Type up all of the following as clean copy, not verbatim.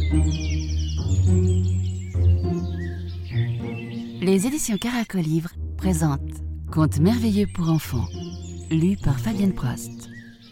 Les éditions Caracolivre présentent Contes merveilleux pour enfants, lu par Fabienne Prost.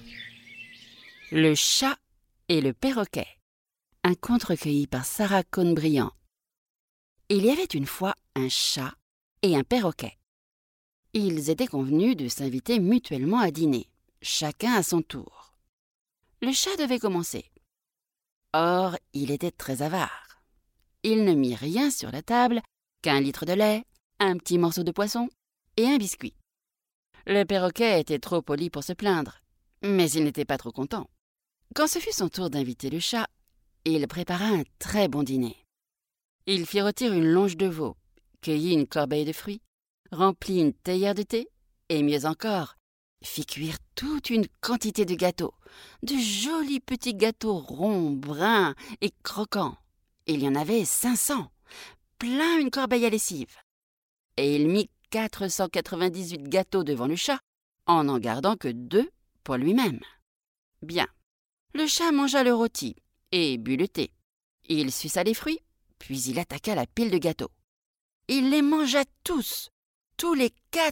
Le chat et le perroquet. Un conte recueilli par Sarah Cohn-Briand. Il y avait une fois un chat et un perroquet. Ils étaient convenus de s'inviter mutuellement à dîner, chacun à son tour. Le chat devait commencer. Or, il était très avare. Il ne mit rien sur la table qu'un litre de lait, un petit morceau de poisson et un biscuit. Le perroquet était trop poli pour se plaindre, mais il n'était pas trop content. Quand ce fut son tour d'inviter le chat, il prépara un très bon dîner. Il fit rôtir une longe de veau, cueillit une corbeille de fruits, remplit une théière de thé, et mieux encore, fit cuire toute une quantité de gâteaux, de jolis petits gâteaux ronds, bruns et croquants. Il y en avait 500, plein une corbeille à lessive. Et il mit 498 gâteaux devant le chat, en gardant que 2 pour lui-même. Bien, le chat mangea le rôti et but le thé. Il suça les fruits, puis il attaqua la pile de gâteaux. Il les mangea tous les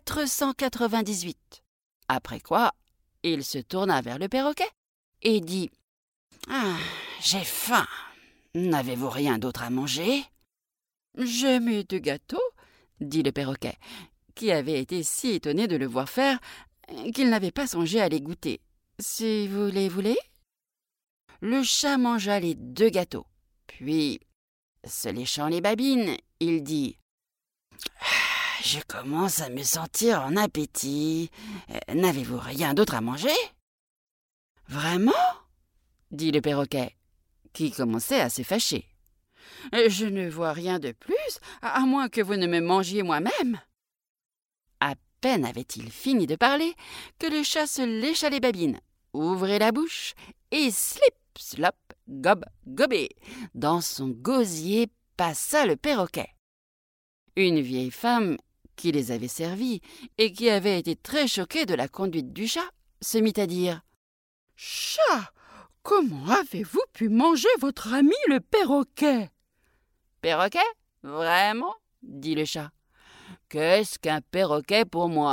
498. Après quoi, il se tourna vers le perroquet et dit « Ah, j'ai faim. N'avez-vous rien d'autre à manger ?»« J'ai mes 2 gâteaux, » dit le perroquet, qui avait été si étonné de le voir faire qu'il n'avait pas songé à les goûter. « Si vous les voulez ?» Le chat mangea les 2 gâteaux, puis, se léchant les babines, il dit « Je commence à me sentir en appétit. N'avez-vous rien d'autre à manger ?»« Vraiment ?» dit le perroquet, qui commençait à se fâcher. « Je ne vois rien de plus, à moins que vous ne me mangiez moi-même. » À peine avait-il fini de parler que le chat se lécha les babines, ouvrit la bouche et slip, slop, gob, gobé, dans son gosier passa le perroquet. Une vieille femme qui les avait servis et qui avait été très choquée de la conduite du chat se mit à dire « Chat, comment avez-vous pu manger votre ami le perroquet ?»« Perroquet ? Vraiment ?» dit le chat. « Qu'est-ce qu'un perroquet pour moi ?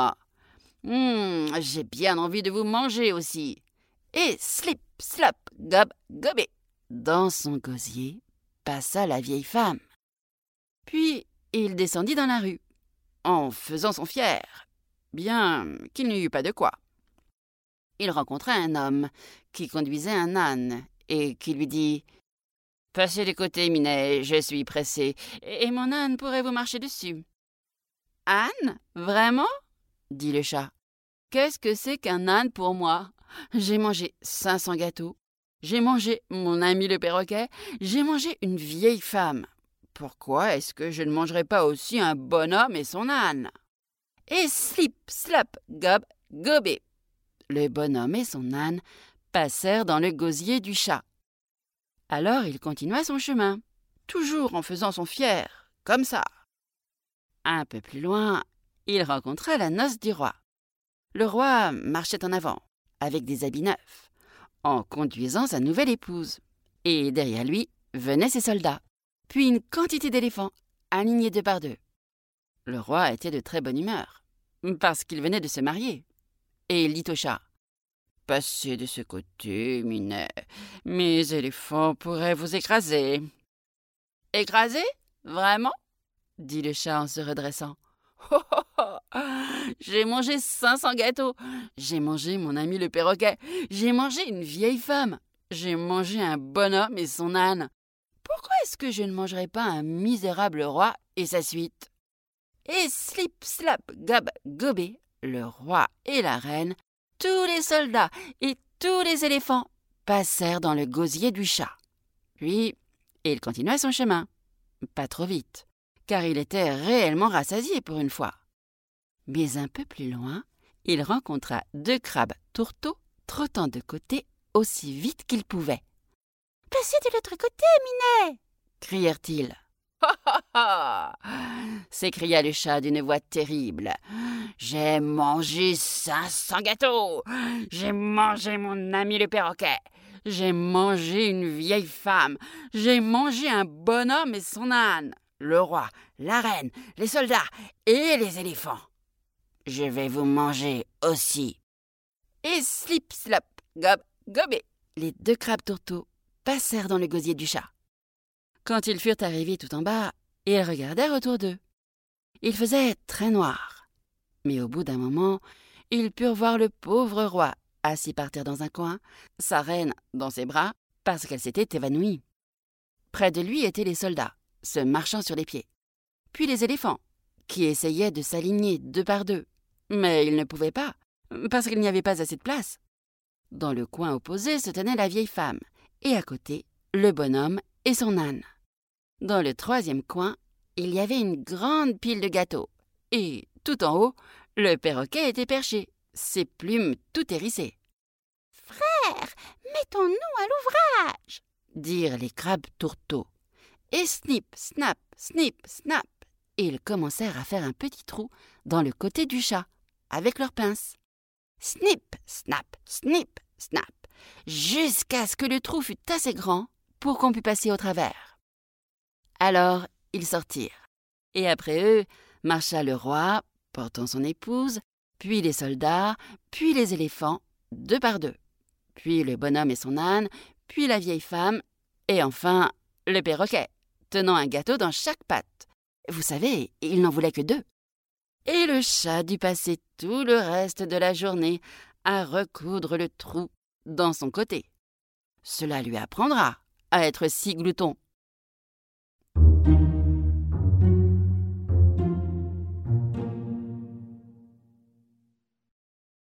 J'ai bien envie de vous manger aussi. » Et slip, slop, gob, gobé, dans son gosier passa la vieille femme. Puis il descendit dans la rue, en faisant son fier, bien qu'il n'y eût pas de quoi. Il rencontra un homme qui conduisait un âne et qui lui dit « Passez de côté, minet, je suis pressé, et mon âne pourrait vous marcher dessus. »« Âne ? Vraiment ?» dit le chat. « Qu'est-ce que c'est qu'un âne pour moi ? J'ai mangé 500 gâteaux, j'ai mangé mon ami le perroquet, j'ai mangé une vieille femme. Pourquoi est-ce que je ne mangerais pas aussi un bonhomme et son âne ?» Et slip, slap, gob, gobé, le bonhomme et son âne passèrent dans le gosier du chat. Alors il continua son chemin, toujours en faisant son fier, comme ça. Un peu plus loin, il rencontra la noce du roi. Le roi marchait en avant, avec des habits neufs, en conduisant sa nouvelle épouse. Et derrière lui venaient ses soldats, puis une quantité d'éléphants, alignés 2 par 2. Le roi était de très bonne humeur, parce qu'il venait de se marier. Et il dit au chat « Passez de ce côté, minet, mes éléphants pourraient vous écraser. »« Écraser ? Vraiment ?» dit le chat en se redressant. Oh, oh, oh. J'ai mangé 500 gâteaux, j'ai mangé mon ami le perroquet, j'ai mangé une vieille femme, j'ai mangé un bonhomme et son âne. Pourquoi est-ce que je ne mangerais pas un misérable roi et sa suite ? Et slip, slap, gob, gobé, le roi et la reine, tous les soldats et tous les éléphants passèrent dans le gosier du chat. Puis, il continua son chemin, pas trop vite, car il était réellement rassasié pour une fois. Mais un peu plus loin, il rencontra 2 crabes tourteaux trottant de côté aussi vite qu'ils pouvaient. « Passez de l'autre côté, minet !» crièrent-ils. « Ha ha ha !» s'écria le chat d'une voix terrible. « J'ai mangé 500 gâteaux, j'ai mangé mon ami le perroquet, J'ai mangé une vieille femme. J'ai mangé un bonhomme et son âne, le roi, la reine, les soldats et les éléphants. Je vais vous manger aussi. » Et slip, slop, gob, gobé, les 2 crabes tourteaux passèrent dans le gosier du chat. Quand ils furent arrivés tout en bas, ils regardèrent autour d'eux. Il faisait très noir. Mais au bout d'un moment, ils purent voir le pauvre roi, assis par terre dans un coin, sa reine dans ses bras, parce qu'elle s'était évanouie. Près de lui étaient les soldats, se marchant sur les pieds. Puis les éléphants, qui essayaient de s'aligner 2 par 2. Mais ils ne pouvaient pas, parce qu'il n'y avait pas assez de place. Dans le coin opposé se tenait la vieille femme, et à côté, le bonhomme et son âne. Dans le 3e coin, il y avait une grande pile de gâteaux, et tout en haut, le perroquet était perché, ses plumes tout hérissées. « Frère, mettons-nous à l'ouvrage !» dirent les crabes tourteaux. Et snip, snap, ils commencèrent à faire un petit trou dans le côté du chat, avec leurs pinces. Snip, snap, jusqu'à ce que le trou fût assez grand pour qu'on pût passer au travers. Alors, ils sortirent. Et après eux, marcha le roi, portant son épouse, puis les soldats, puis les éléphants, 2 par 2. Puis le bonhomme et son âne, puis la vieille femme, et enfin le perroquet, tenant un gâteau dans chaque patte. Vous savez, il n'en voulait que 2. Et le chat dut passer tout le reste de la journée à recoudre le trou dans son côté. Cela lui apprendra à être si glouton.